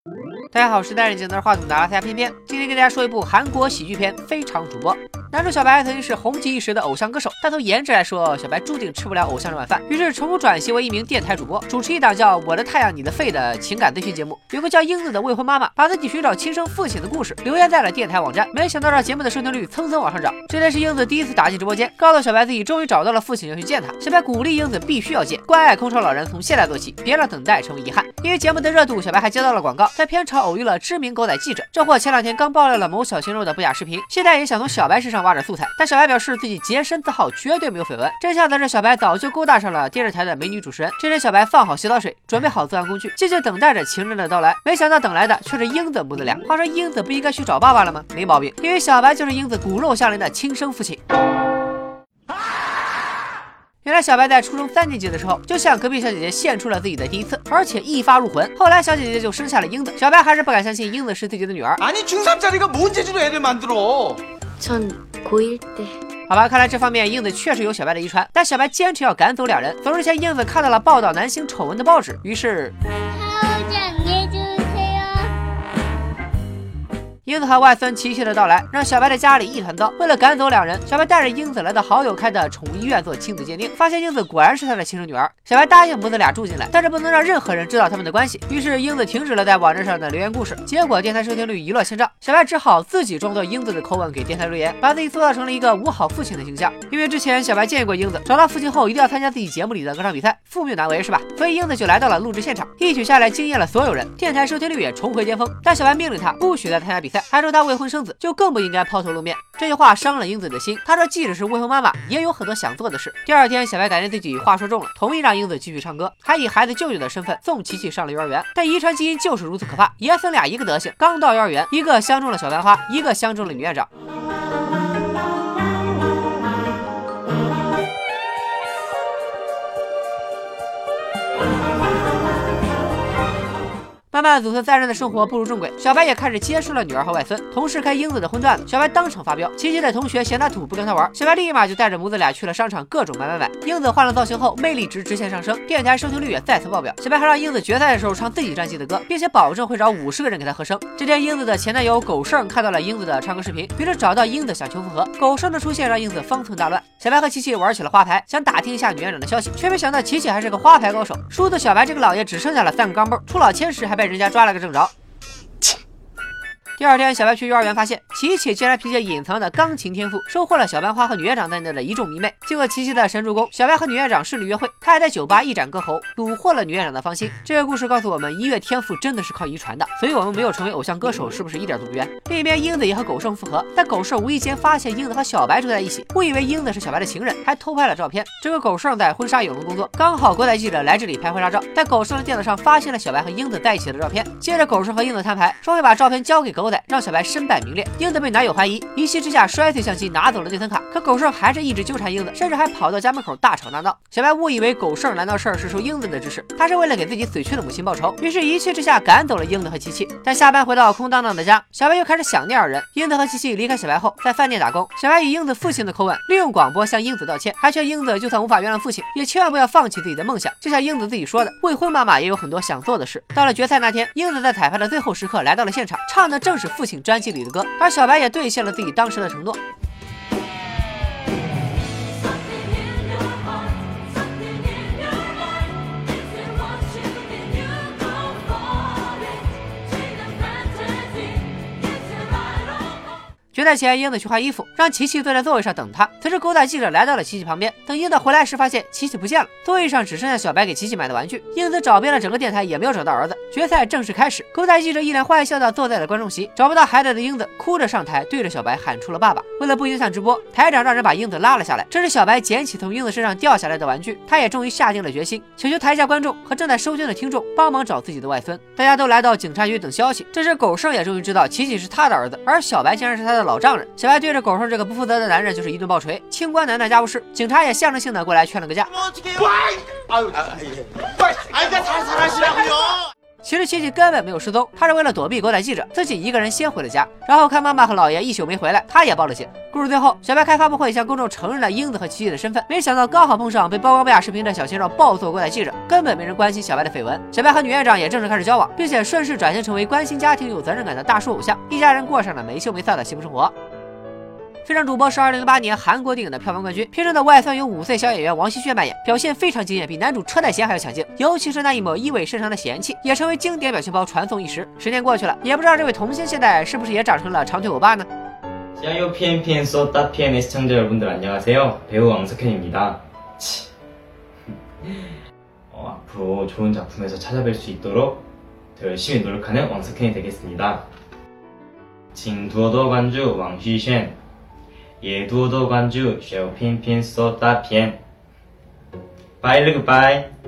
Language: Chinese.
大家好，我是戴着镜头话筒的阿拉斯加偏偏，今天给大家说一部韩国喜剧片《非常主播》。男主小白曾经是红极一时的偶像歌手，但从颜值来说，小白注定吃不了偶像这碗饭，于是成功转型为一名电台主播，主持一档叫《我的太阳你的肺》的情感咨询节目。有个叫英子的未婚妈妈，把自己寻找亲生父亲的故事留言在了电台网站，没想到让节目的收听率蹭蹭往上涨。这天是英子第一次打进直播间，告诉小白自己终于找到了父亲，要去见他。小白鼓励英子必须要见，关爱空巢老人从现在做起，别让等待成为遗憾。因为节目的热度，小白还接到了广告，在片场偶遇了知名狗仔记者。这货前2天刚爆料了某小鲜肉的不雅视频，现在也想从小白身上挖点素材，但小白表示自己洁身自好，绝对没有绯闻。真相则是小白早就勾搭上了电视台的美女主持人。这天小白放好洗澡水，准备好作案工具，静静等待着情人的到来。没想到等来的却是英子母子俩。话说英子不应该去找爸爸了吗？没毛病，因为小白就是英子骨肉相连的亲生父亲。原来小白在初中3年级的时候，就向隔壁小姐姐献出了自己的第一次，而且一发入魂。后来小姐姐就生下了英子，小白还是不敢相信英子是自己的女儿。 아니 중3짜리가 뭔 재주로 애를 만들어? 전 고1 때。 好吧，看来这方面英子确实有小白的遗传，但小白坚持要赶走两人。走之前，英子看到了报道男星丑闻的报纸，于是英子和外孙琪琪的到来，让小白的家里一团糟。为了赶走两人，小白带着英子来到好友开的宠物医院做亲子鉴定，发现英子果然是他的亲生女儿。小白答应母子俩住进来，但是不能让任何人知道他们的关系。于是英子停止了在网站上的留言故事，结果电台收听率一落千丈。小白只好自己装作英子的口吻给电台留言，把自己塑造成了一个无好父亲的形象。因为之前小白见过英子，找到父亲后一定要参加自己节目里的歌唱比赛，父命难违是吧？所以英子就来到了录制现场，一曲下来惊艳了所有人，电台收听率也重回巅峰。但小白命令他不许再参加比赛，还说他未婚生子，就更不应该抛头露面。这句话伤了英子的心，他说即使是未婚妈妈，也有很多想做的事。第2天，小白感觉自己话说重了，同意让英子继续唱歌，还以孩子舅舅的身份送琪琪上了幼儿园。但遗传基因就是如此可怕，爷孙俩一个德行，刚到幼儿园，一个相中了小白花，一个相中了女院长。慢慢祖孙3人的生活步入正轨，小白也开始接受了女儿和外孙。同事开英子的荤段子，小白当场发飙。琪琪的同学嫌他土不跟他玩，小白立马就带着母子俩去了商场各种买。英子换了造型后，魅力值直线上升，电台收听率也再次爆表。小白还让英子决赛的时候唱自己专辑的歌，并且保证会找50个人给他和声。这天，英子的前男友狗剩看到了英子的唱歌视频，于是找到英子想求复合。狗剩的出现让英子方寸大乱。小白和琪琪玩起了花牌，想打听一下女院长的消息，却没想到琪琪还是个花牌高手，输的小白这个老爷只剩下了3个钢镚，出老千时还被人家抓了个正着。第2天，小白去幼儿园，发现琪琪竟然凭借隐藏的钢琴天赋，收获了小班花和女院长在内的一众迷妹。经过琪琪的神助攻，小白和女院长顺利约会，他还在酒吧一展歌喉，虏获了女院长的芳心。这个故事告诉我们，音乐天赋真的是靠遗传的，所以我们没有成为偶像歌手，是不是一点都不冤？另一边，英子也和狗剩复合，但狗剩无意间发现英子和小白住在一起，误以为英子是小白的情人，还偷拍了照片。这个狗剩在婚纱影楼工作，刚好狗仔记者来这里拍婚纱照，在狗剩的电脑上发现了小白和英子在一起的照片。接着，狗剩和英子摊牌，说会把照片交给狗仔，让小白身败名裂。英子被男友怀疑，一气之下摔碎相机，拿走了内存卡。可狗剩还是一直纠缠英子，甚至还跑到家门口大吵大闹。小白误以为狗剩来闹事儿是受英子的指使，他是为了给自己死去的母亲报仇，于是一气之下赶走了英子和琪琪。但下班回到空荡荡的家，小白又开始想念二人。英子和琪琪离开小白后，在饭店打工。小白以英子父亲的口吻，利用广播向英子道歉，还劝英子就算无法原谅父亲，也千万不要放弃自己的梦想。就像英子自己说的，未婚妈妈也有很多想做的事。到了决赛那天，英子在彩排的最后时刻来到了现场，唱的正是父亲专辑里的歌，而小白也兑现了自己当时的承诺。决赛前，英子去换衣服，让琪琪坐在座位上等他。此时，狗仔记者来到了琪琪旁边。等英子回来时，发现琪琪不见了，座位上只剩下小白给琪琪买的玩具。英子找遍了整个电台，也没有找到儿子。决赛正式开始，狗仔记者一脸坏笑地坐在了观众席。找不到孩子的英子哭着上台，对着小白喊出了爸爸。为了不影响直播，台长让人把英子拉了下来。这时，小白捡起从英子身上掉下来的玩具，他也终于下定了决心，请求台下观众和正在收听的听众帮忙找自己的外孙。大家都来到警察局等消息。这时，狗剩也终于知道琪琪是他的儿子，而小白竟然是他的老丈人。小白对着狗剩这个不负责的男人就是一顿暴锤，清官难断家务事。警察也象征性的过来劝了个架。 其实琪琪根本没有失踪，她是为了躲避狗仔记者，自己一个人先回了家，然后看妈妈和姥爷一宿没回来，她也报了警。故事最后，小白开发布会向公众承认了英子和琪琪的身份，没想到刚好碰上被曝光不雅视频的小鲜肉暴揍狗仔记者，根本没人关心小白的绯闻。小白和女院长也正式开始交往，并且顺势转型成为关心家庭、有责任感的大叔偶像，一家人过上了没羞没臊的幸福生活。非常主播是2008年韩国电影的票房冠军，片中的外孙由5岁小演员王熙萱扮演，表现非常惊艳，比男主车太贤还要抢镜，尤其是那一抹意味深长的嫌弃，也成为经典表情包传颂一时。10年过去了，也不知道这位童星现在是不是也长成了长腿欧巴呢 짜요 PNPN 썼다 PN의 시청자 여러분들 안녕하세요. 배우 왕석현입니다. 앞으로 좋은 작품에서 찾아뵐 수 있도록 더 열심히 노력하는 왕석현이 되겠습니다. 징두어더 관주 왕휘쉔 예두어더 관주 샤오 PNPN 썼다 PN 바이 르그바이